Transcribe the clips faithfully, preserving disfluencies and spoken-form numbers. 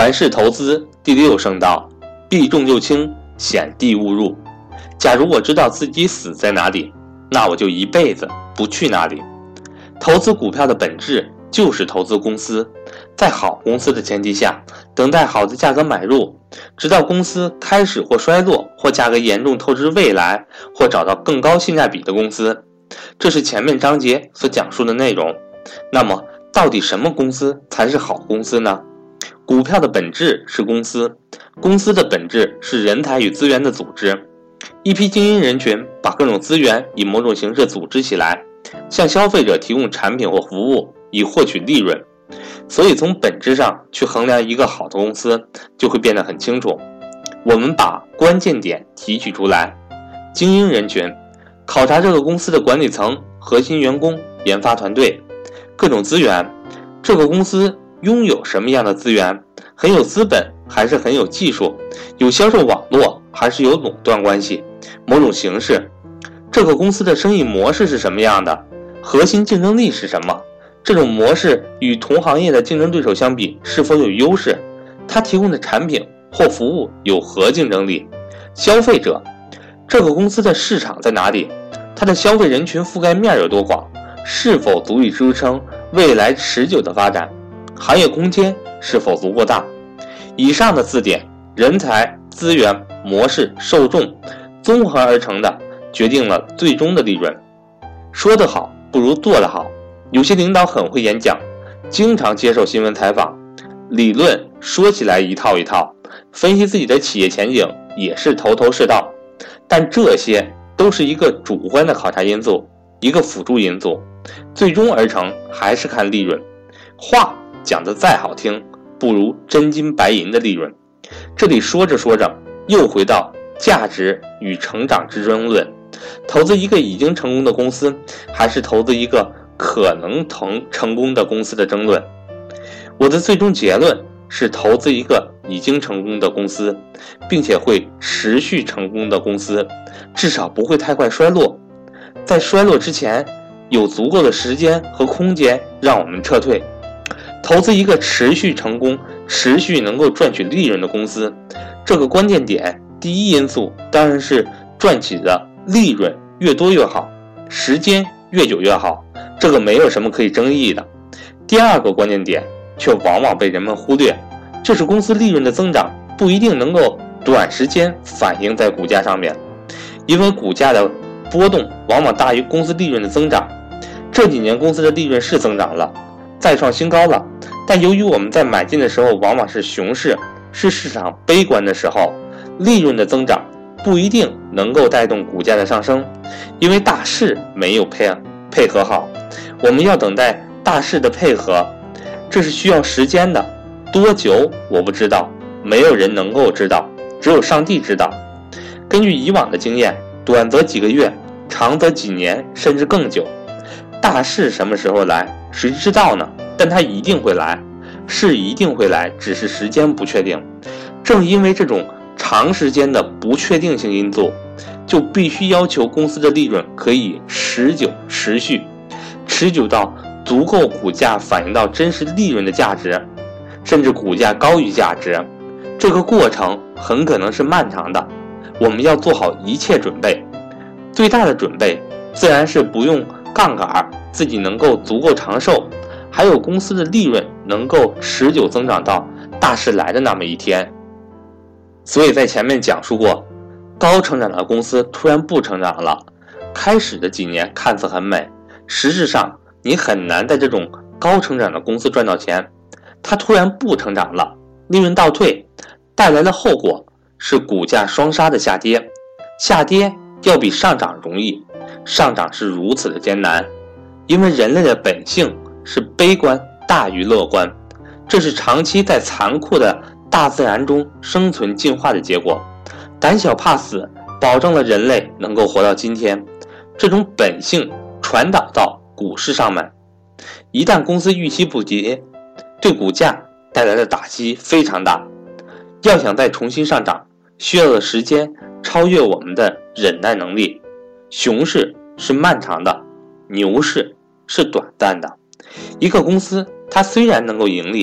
凡是投资第六圣道，避重就轻，险地勿入。假如我知道自己死在哪里，那我就一辈子不去哪里。投资股票的本质就是投资公司，在好公司的前提下，等待好的价格买入，直到公司开始或衰落，或价格严重透支未来，或找到更高性价比的公司。这是前面章节所讲述的内容。那么到底什么公司才是好公司呢？股票的本质是公司，公司的本质是人才与资源的组织。一批精英人群把各种资源以某种形式组织起来，向消费者提供产品或服务，以获取利润。所以从本质上去衡量一个好的公司，就会变得很清楚。我们把关键点提取出来：精英人群，考察这个公司的管理层、核心员工、研发团队、各种资源，这个公司拥有什么样的资源？很有资本还是很有技术？有销售网络还是有垄断关系？某种形式？这个公司的生意模式是什么样的？核心竞争力是什么？这种模式与同行业的竞争对手相比是否有优势？它提供的产品或服务有何竞争力？消费者，这个公司的市场在哪里？它的消费人群覆盖面有多广？是否足以支撑未来持久的发展？行业空间是否足够大？以上的四点，人才、资源、模式、受众，综合而成的，决定了最终的利润。说得好不如做得好。有些领导很会演讲，经常接受新闻采访，理论说起来一套一套，分析自己的企业前景也是头头是道，但这些都是一个主观的考察因素，一个辅助因素，最终而成还是看利润。话讲得再好听，不如真金白银的利润。这里说着说着又回到价值与成长之争论，投资一个已经成功的公司，还是投资一个可能成成功的公司的争论。我的最终结论是投资一个已经成功的公司，并且会持续成功的公司，至少不会太快衰落。在衰落之前，有足够的时间和空间让我们撤退。投资一个持续成功、持续能够赚取利润的公司，这个关键点，第一因素当然是赚取的利润越多越好，时间越久越好，这个没有什么可以争议的。第二个关键点却往往被人们忽略，就是公司利润的增长不一定能够短时间反映在股价上面，因为股价的波动往往大于公司利润的增长。这几年公司的利润是增长了，再创新高了，但由于我们在买进的时候往往是熊市，是市场悲观的时候，利润的增长不一定能够带动股价的上升，因为大势没有配配合好。我们要等待大势的配合，这是需要时间的，多久我不知道，没有人能够知道，只有上帝知道。根据以往的经验，短则几个月，长则几年，甚至更久。大势什么时候来，谁知道呢？但它一定会来，是一定会来，只是时间不确定。正因为这种长时间的不确定性因素，就必须要求公司的利润可以持久持续，持久到足够股价反映到真实利润的价值，甚至股价高于价值。这个过程很可能是漫长的，我们要做好一切准备。最大的准备自然是不用杠杆，自己能够足够长寿，还有公司的利润能够持久增长到大势来的那么一天。所以在前面讲述过，高成长的公司突然不成长了，开始的几年看似很美，实质上你很难在这种高成长的公司赚到钱。它突然不成长了，利润倒退，带来的后果是股价双杀的下跌。下跌要比上涨容易，上涨是如此的艰难，因为人类的本性是悲观大于乐观，这是长期在残酷的大自然中生存进化的结果。胆小怕死保证了人类能够活到今天，这种本性传导到股市上面，一旦公司预期不及，对股价带来的打击非常大。要想再重新上涨，需要的时间超越我们的忍耐能力。熊市是漫长的，牛市是短暂的。一个公司它虽然能够盈利，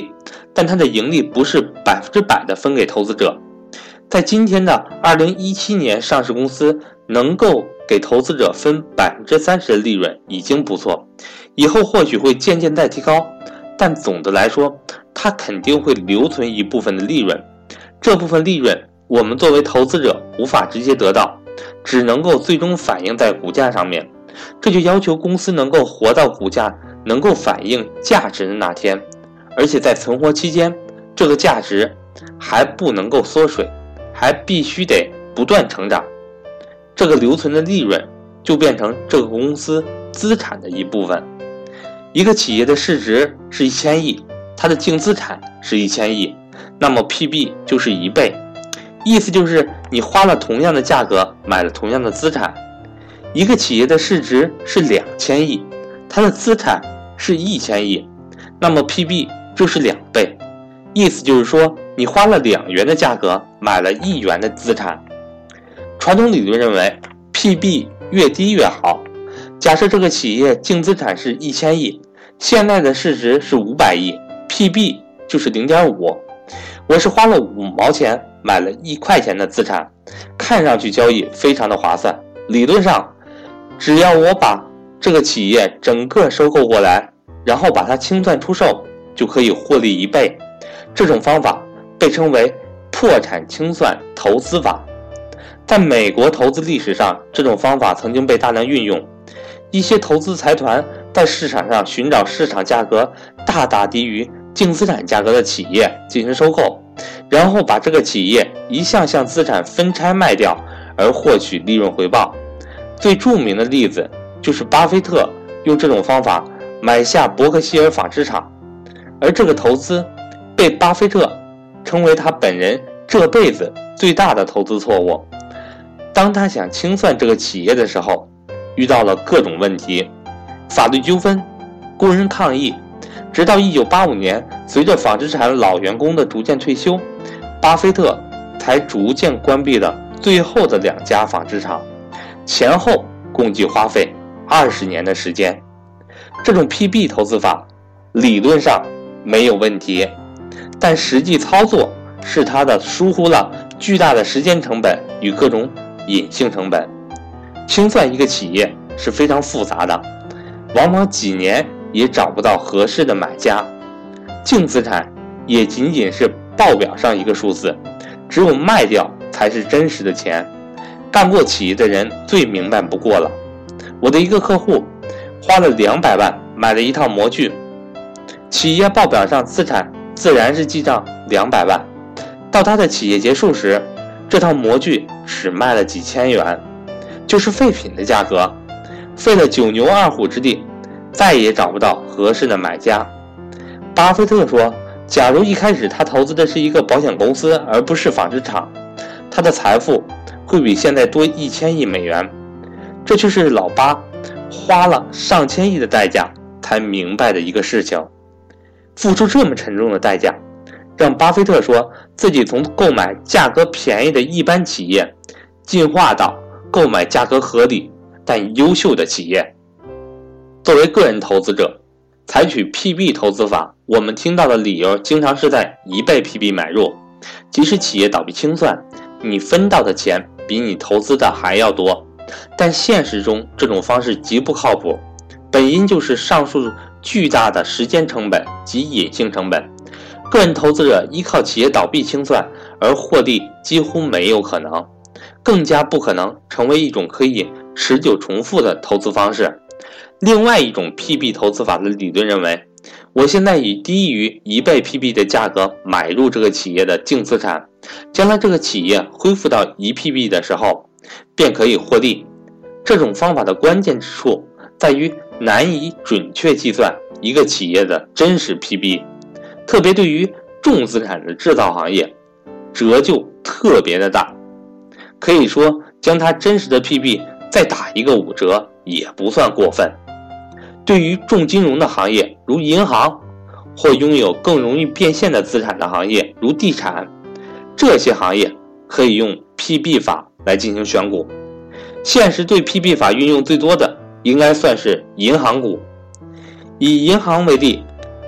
但它的盈利不是百分之百的分给投资者。在今天的二零一七年，上市公司能够给投资者分百分之三十的利润已经不错，以后或许会渐渐再提高，但总的来说，它肯定会留存一部分的利润。这部分利润，我们作为投资者无法直接得到，只能够最终反映在股价上面。这就要求公司能够活到股价能够反映价值的那天，而且在存活期间，这个价值还不能够缩水，还必须得不断成长。这个留存的利润就变成这个公司资产的一部分。一个企业的市值是一千亿，它的净资产是一千亿，那么 P B 就是一倍，意思就是你花了同样的价格买了同样的资产。一个企业的市值是两千亿，它的资产是一千亿，那么 P B 就是两倍，意思就是说你花了两元的价格买了一元的资产。传统理论认为 P B 越低越好，假设这个企业净资产是一千亿，现在的市值是五百亿， P B 就是 零点五， 我是花了五毛钱买了一块钱的资产，看上去交易非常的划算。理论上只要我把这个企业整个收购过来，然后把它清算出售，就可以获利一倍。这种方法被称为破产清算投资法。在美国投资历史上，这种方法曾经被大量运用。一些投资财团在市场上寻找市场价格大大低于净资产价格的企业进行收购，然后把这个企业一项项资产分拆卖掉，而获取利润回报。最著名的例子就是巴菲特用这种方法买下伯克希尔纺织厂，而这个投资被巴菲特称为他本人这辈子最大的投资错误。当他想清算这个企业的时候，遇到了各种问题，法律纠纷、工人抗议，直到一九八五年，随着纺织厂老员工的逐渐退休，巴菲特才逐渐关闭了最后的两家纺织厂，前后共计花费二十年的时间。这种 P B 投资法理论上没有问题，但实际操作是它的疏忽了巨大的时间成本与各种隐性成本。清算一个企业是非常复杂的，往往几年也找不到合适的买家。净资产也仅仅是报表上一个数字，只有卖掉才是真实的钱。干过企业的人最明白不过了。我的一个客户花了两百万买了一套模具，企业报表上资产自然是记账两百万，到他的企业结束时，这套模具只卖了几千元，就是废品的价格，费了九牛二虎之力，再也找不到合适的买家。巴菲特说，假如一开始他投资的是一个保险公司而不是纺织厂，他的财富会比现在多一千亿美元。这就是老巴花了上千亿的代价才明白的一个事情。付出这么沉重的代价，让巴菲特说自己从购买价格便宜的一般企业进化到购买价格合理但优秀的企业。作为个人投资者，采取 P B 投资法，我们听到的理由经常是在一倍 P B 买入，即使企业倒闭清算，你分到的钱比你投资的还要多。但现实中这种方式极不靠谱，本因就是上述巨大的时间成本及隐性成本。个人投资者依靠企业倒闭清算而获利几乎没有可能，更加不可能成为一种可以持久重复的投资方式。另外一种 P B 投资法的理论认为，我现在以低于一倍 P B 的价格买入这个企业的净资产，将来这个企业恢复到一 P B 的时候便可以获利。这种方法的关键之处在于难以准确计算一个企业的真实 P B， 特别对于重资产的制造行业，折旧特别的大，可以说将它真实的 P B 再打一个五折也不算过分。对于重金融的行业，如银行，或拥有更容易变现的资产的行业，如地产，这些行业可以用 P B 法来进行选股。现实对 P B 法运用最多的应该算是银行股。以银行为例，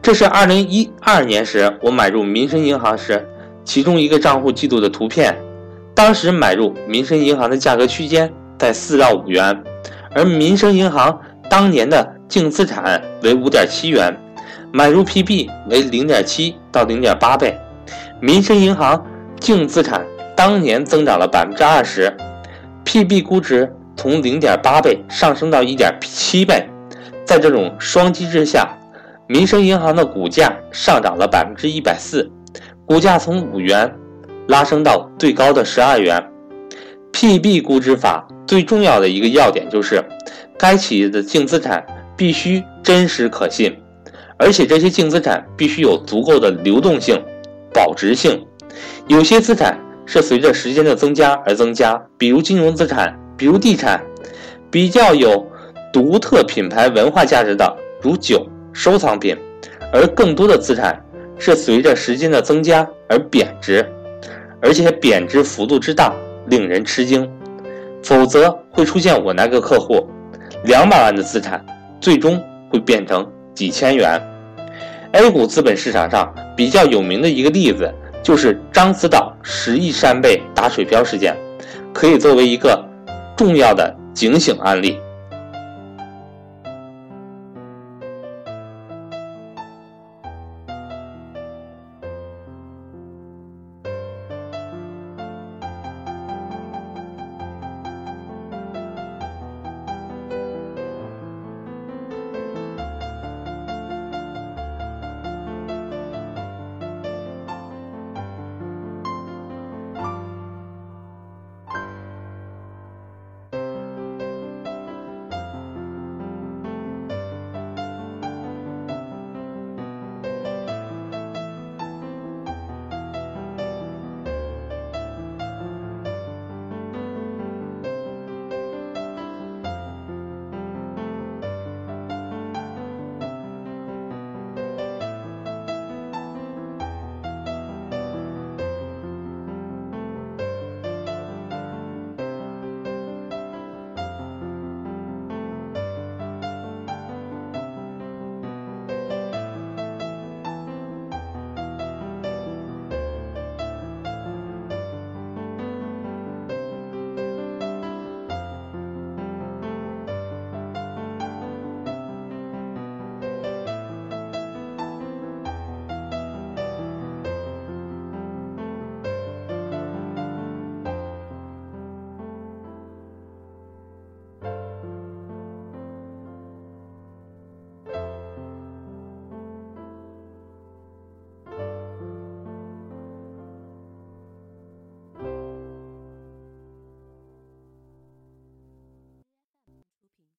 这是二零一二年时我买入民生银行时其中一个账户记录的图片。当时买入民生银行的价格区间在四到五元，而民生银行当年的净资产为 五点七元，买入 P B 为 零点七到零点八倍。民生银行净资产当年增长了 百分之二十， P B 估值从 零点八倍上升到 一点七倍。在这种双机制下，民生银行的股价上涨了 百分之一百四十， 股价从五元拉升到最高的十二元。 P B 估值法最重要的一个要点就是，该企业的净资产必须真实可信，而且这些净资产必须有足够的流动性、保值性。有些资产是随着时间的增加而增加，比如金融资产，比如地产。比较有独特品牌文化价值的如酒、收藏品，而更多的资产是随着时间的增加而贬值，而且贬值幅度之大令人吃惊。否则会出现我那个客户两百万的资产最终会变成几千元。 A 股资本市场上比较有名的一个例子就是獐子岛十亿扇贝打水漂事件，可以作为一个重要的警醒案例。